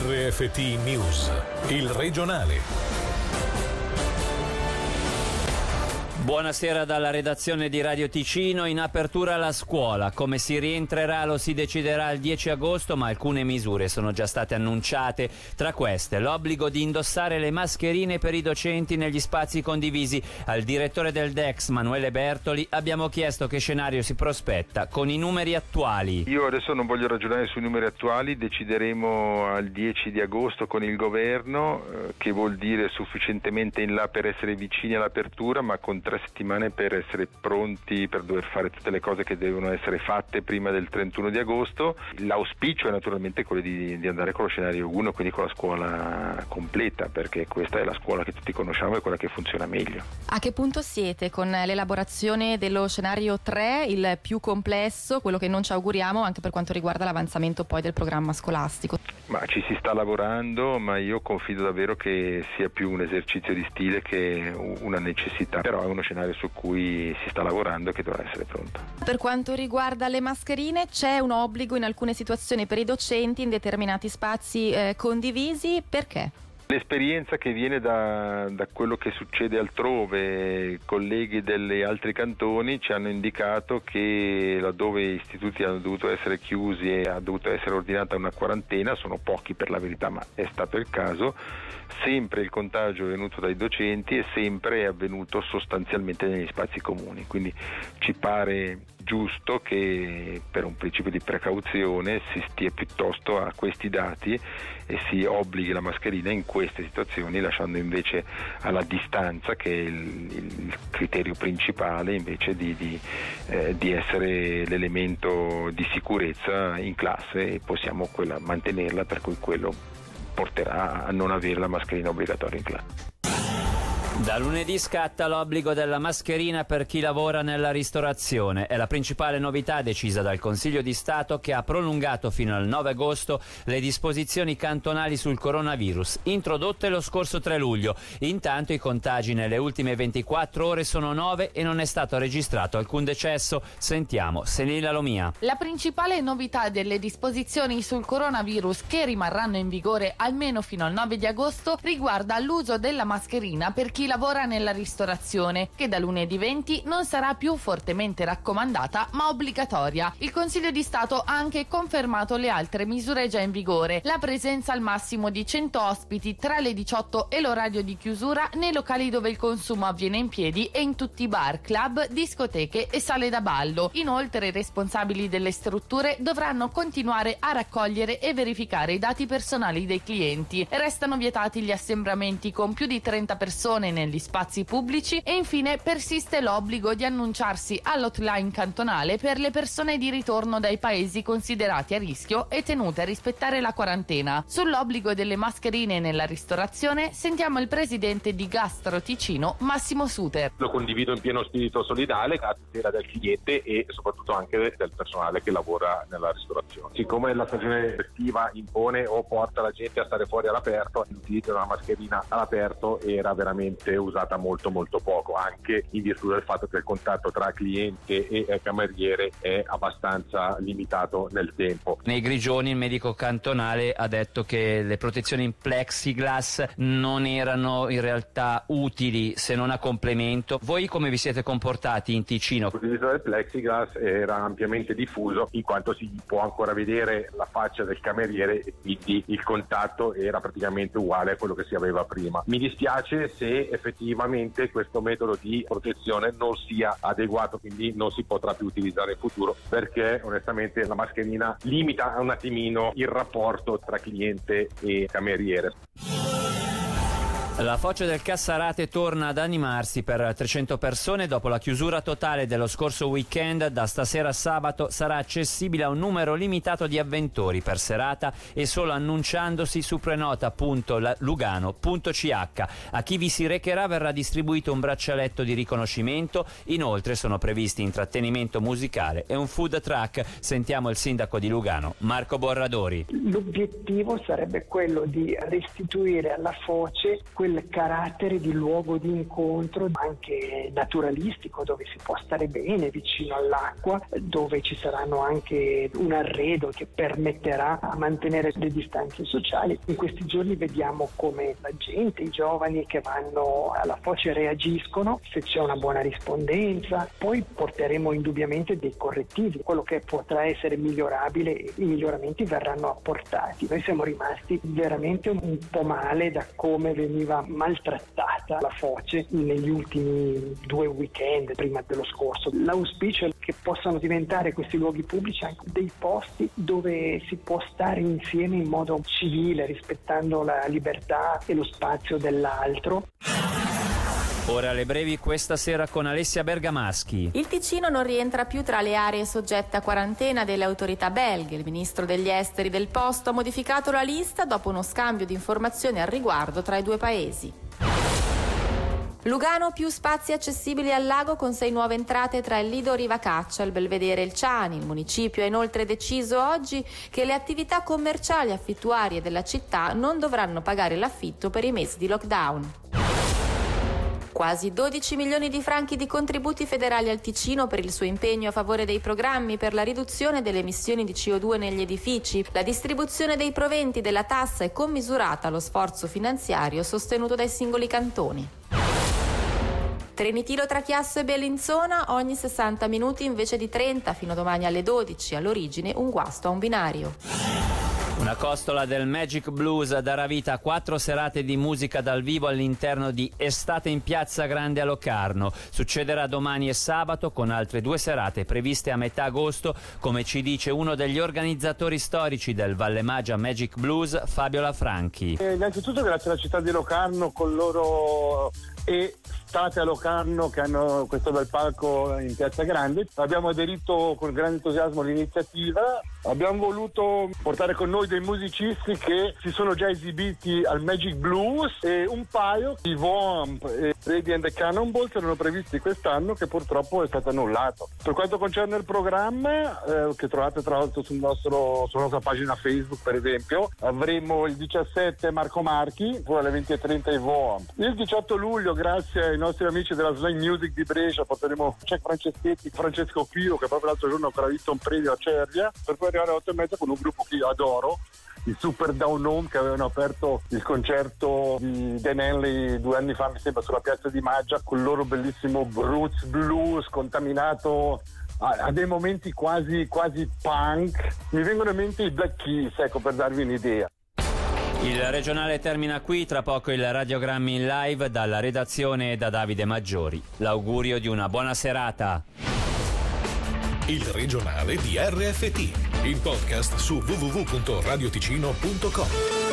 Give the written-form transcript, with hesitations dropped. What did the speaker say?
RFT News, il regionale. Buonasera dalla redazione di Radio Ticino. In apertura la scuola. Come si rientrerà lo si deciderà il 10 agosto, ma alcune misure sono già state annunciate. Tra queste, l'obbligo di indossare le mascherine per i docenti negli spazi condivisi. Al direttore del DEX, Manuele Bertoli, abbiamo chiesto che scenario si prospetta con i numeri attuali. Io adesso non voglio ragionare sui numeri attuali, decideremo al 10 di agosto con il governo, che vuol dire sufficientemente in là per essere vicini all'apertura, ma con 3 settimane per essere pronti, per dover fare tutte le cose che devono essere fatte prima del 31 di agosto. L'auspicio è naturalmente quello di andare con lo scenario 1, quindi con la scuola completa, perché questa è la scuola che tutti conosciamo e quella che funziona meglio. A che punto siete con l'elaborazione dello scenario 3, il più complesso, quello che non ci auguriamo anche per quanto riguarda l'avanzamento poi del programma scolastico? Ma ci si sta lavorando, ma io confido davvero che sia più un esercizio di stile che una necessità, però è uno scenario su cui si sta lavorando e che dovrà essere pronto. Per quanto riguarda le mascherine, c'è un obbligo in alcune situazioni per i docenti in determinati spazi condivisi. Perché? L'esperienza che viene da quello che succede altrove, colleghi degli altri cantoni ci hanno indicato che laddove istituti hanno dovuto essere chiusi e ha dovuto essere ordinata una quarantena, sono pochi per la verità, ma è stato il caso, sempre il contagio è venuto dai docenti e sempre è avvenuto sostanzialmente negli spazi comuni, quindi ci pare giusto che per un principio di precauzione si stia piuttosto a questi dati e si obblighi la mascherina in queste situazioni, lasciando invece alla distanza, che è il criterio principale, invece di essere l'elemento di sicurezza in classe, e possiamo mantenerla, per cui quello porterà a non avere la mascherina obbligatoria in classe. Da lunedì scatta l'obbligo della mascherina per chi lavora nella ristorazione. È la principale novità decisa dal Consiglio di Stato, che ha prolungato fino al 9 agosto le disposizioni cantonali sul coronavirus, introdotte lo scorso 3 luglio. Intanto i contagi nelle ultime 24 ore sono 9 e non è stato registrato alcun decesso. Sentiamo Senila Lomia. La principale novità delle disposizioni sul coronavirus, che rimarranno in vigore almeno fino al 9 di agosto, riguarda l'uso della mascherina per chi lavora nella ristorazione, che da lunedì 20 non sarà più fortemente raccomandata ma obbligatoria. Il Consiglio di Stato ha anche confermato le altre misure già in vigore: la presenza al massimo di 100 ospiti tra le 18 e l'orario di chiusura nei locali dove il consumo avviene in piedi e in tutti i bar, club, discoteche e sale da ballo. Inoltre i responsabili delle strutture dovranno continuare a raccogliere e verificare i dati personali dei clienti. Restano vietati gli assembramenti con più di 30 persone negli spazi pubblici e infine persiste l'obbligo di annunciarsi all'hotline cantonale per le persone di ritorno dai paesi considerati a rischio e tenute a rispettare la quarantena. Sull'obbligo delle mascherine nella ristorazione sentiamo il presidente di Gastro Ticino, Massimo Suter. Lo condivido in pieno spirito solidale a tutela del cliente e soprattutto anche del personale che lavora nella ristorazione. Siccome la stagione estiva impone o porta la gente a stare fuori all'aperto, l'utilizzo della mascherina all'aperto era veramente usata molto poco, anche in virtù del fatto che il contatto tra cliente e cameriere è abbastanza limitato nel tempo. Nei Grigioni il medico cantonale ha detto che le protezioni in plexiglass non erano in realtà utili se non a complemento. Voi come vi siete comportati in Ticino? L'utilizzo del plexiglass era ampiamente diffuso, in quanto si può ancora vedere la faccia del cameriere e quindi il contatto era praticamente uguale a quello che si aveva prima. Mi dispiace se effettivamente questo metodo di protezione non sia adeguato, quindi non si potrà più utilizzare in futuro, perché onestamente la mascherina limita un attimino il rapporto tra cliente e cameriere. La Foce del Cassarate torna ad animarsi per 300 persone dopo la chiusura totale dello scorso weekend. Da stasera a sabato sarà accessibile a un numero limitato di avventori per serata e solo annunciandosi su prenota.lugano.ch. A chi vi si recherà verrà distribuito un braccialetto di riconoscimento. Inoltre sono previsti intrattenimento musicale e un food truck. Sentiamo il sindaco di Lugano, Marco Borradori. L'obiettivo sarebbe quello di restituire alla Foce quel carattere di luogo di incontro anche naturalistico, dove si può stare bene vicino all'acqua, dove ci saranno anche un arredo che permetterà a mantenere le distanze sociali. In questi giorni vediamo come la gente, i giovani che vanno alla foce reagiscono, se c'è una buona rispondenza. Poi porteremo indubbiamente dei correttivi, quello che potrà essere migliorabile, i miglioramenti verranno apportati. Noi siamo rimasti veramente un po' male da come veniva maltrattata la foce negli ultimi 2 weekend prima dello scorso. L'auspicio è che possano diventare questi luoghi pubblici anche dei posti dove si può stare insieme in modo civile, rispettando la libertà e lo spazio dell'altro. Ora le brevi questa sera con Alessia Bergamaschi. Il Ticino non rientra più tra le aree soggette a quarantena delle autorità belghe. Il ministro degli esteri del posto ha modificato la lista dopo uno scambio di informazioni al riguardo tra i due paesi. Lugano, più spazi accessibili al lago con 6 nuove entrate tra il Lido Rivacaccia, il Belvedere e il Ciani. Il municipio ha inoltre deciso oggi che le attività commerciali affittuarie della città non dovranno pagare l'affitto per i mesi di lockdown. Quasi 12 milioni di franchi di contributi federali al Ticino per il suo impegno a favore dei programmi per la riduzione delle emissioni di CO2 negli edifici. La distribuzione dei proventi della tassa è commisurata allo sforzo finanziario sostenuto dai singoli cantoni. Trenitilo tra Chiasso e Bellinzona ogni 60 minuti invece di 30 fino a domani alle 12. All'origine un guasto a un binario. Una costola del Magic Blues darà vita a 4 serate di musica dal vivo all'interno di Estate in Piazza Grande a Locarno. Succederà domani e sabato con altre 2 serate previste a metà agosto, come ci dice uno degli organizzatori storici del Valle Magia Magic Blues, Fabio Lafranchi. Innanzitutto grazie alla città di Locarno con loro Estate a Locarno, che hanno questo bel palco in Piazza Grande. Abbiamo aderito con grande entusiasmo all'iniziativa. Abbiamo voluto portare con noi dei musicisti che si sono già esibiti al Magic Blues e un paio, i Vamp e Ready and the Cannonballs, erano previsti quest'anno, che purtroppo è stato annullato. Per quanto concerne il programma, che trovate tra l'altro sulla nostra pagina Facebook per esempio, avremo il 17 Marco Marchi, poi alle 20:30 i Vamp. Il 18 luglio, grazie ai nostri amici della Slime Music di Brescia, porteremo Jack Franceschetti, Francesco Pio, che proprio l'altro giorno ha ancora vinto un premio a Cervia, per poi arrivare alle 8:30 con un gruppo che io adoro, i Super Down Home, che avevano aperto il concerto di Dan Henley 2 anni fa, mi sembra, sulla piazza di Maggia, con il loro bellissimo roots blues contaminato a dei momenti quasi punk. Mi vengono in mente i Black Keys, ecco, per darvi un'idea. Il regionale termina qui, tra poco il Radiogrammi in live dalla redazione e da Davide Maggiori. L'augurio di una buona serata. Il regionale di RFT, il podcast su www.radioticino.com.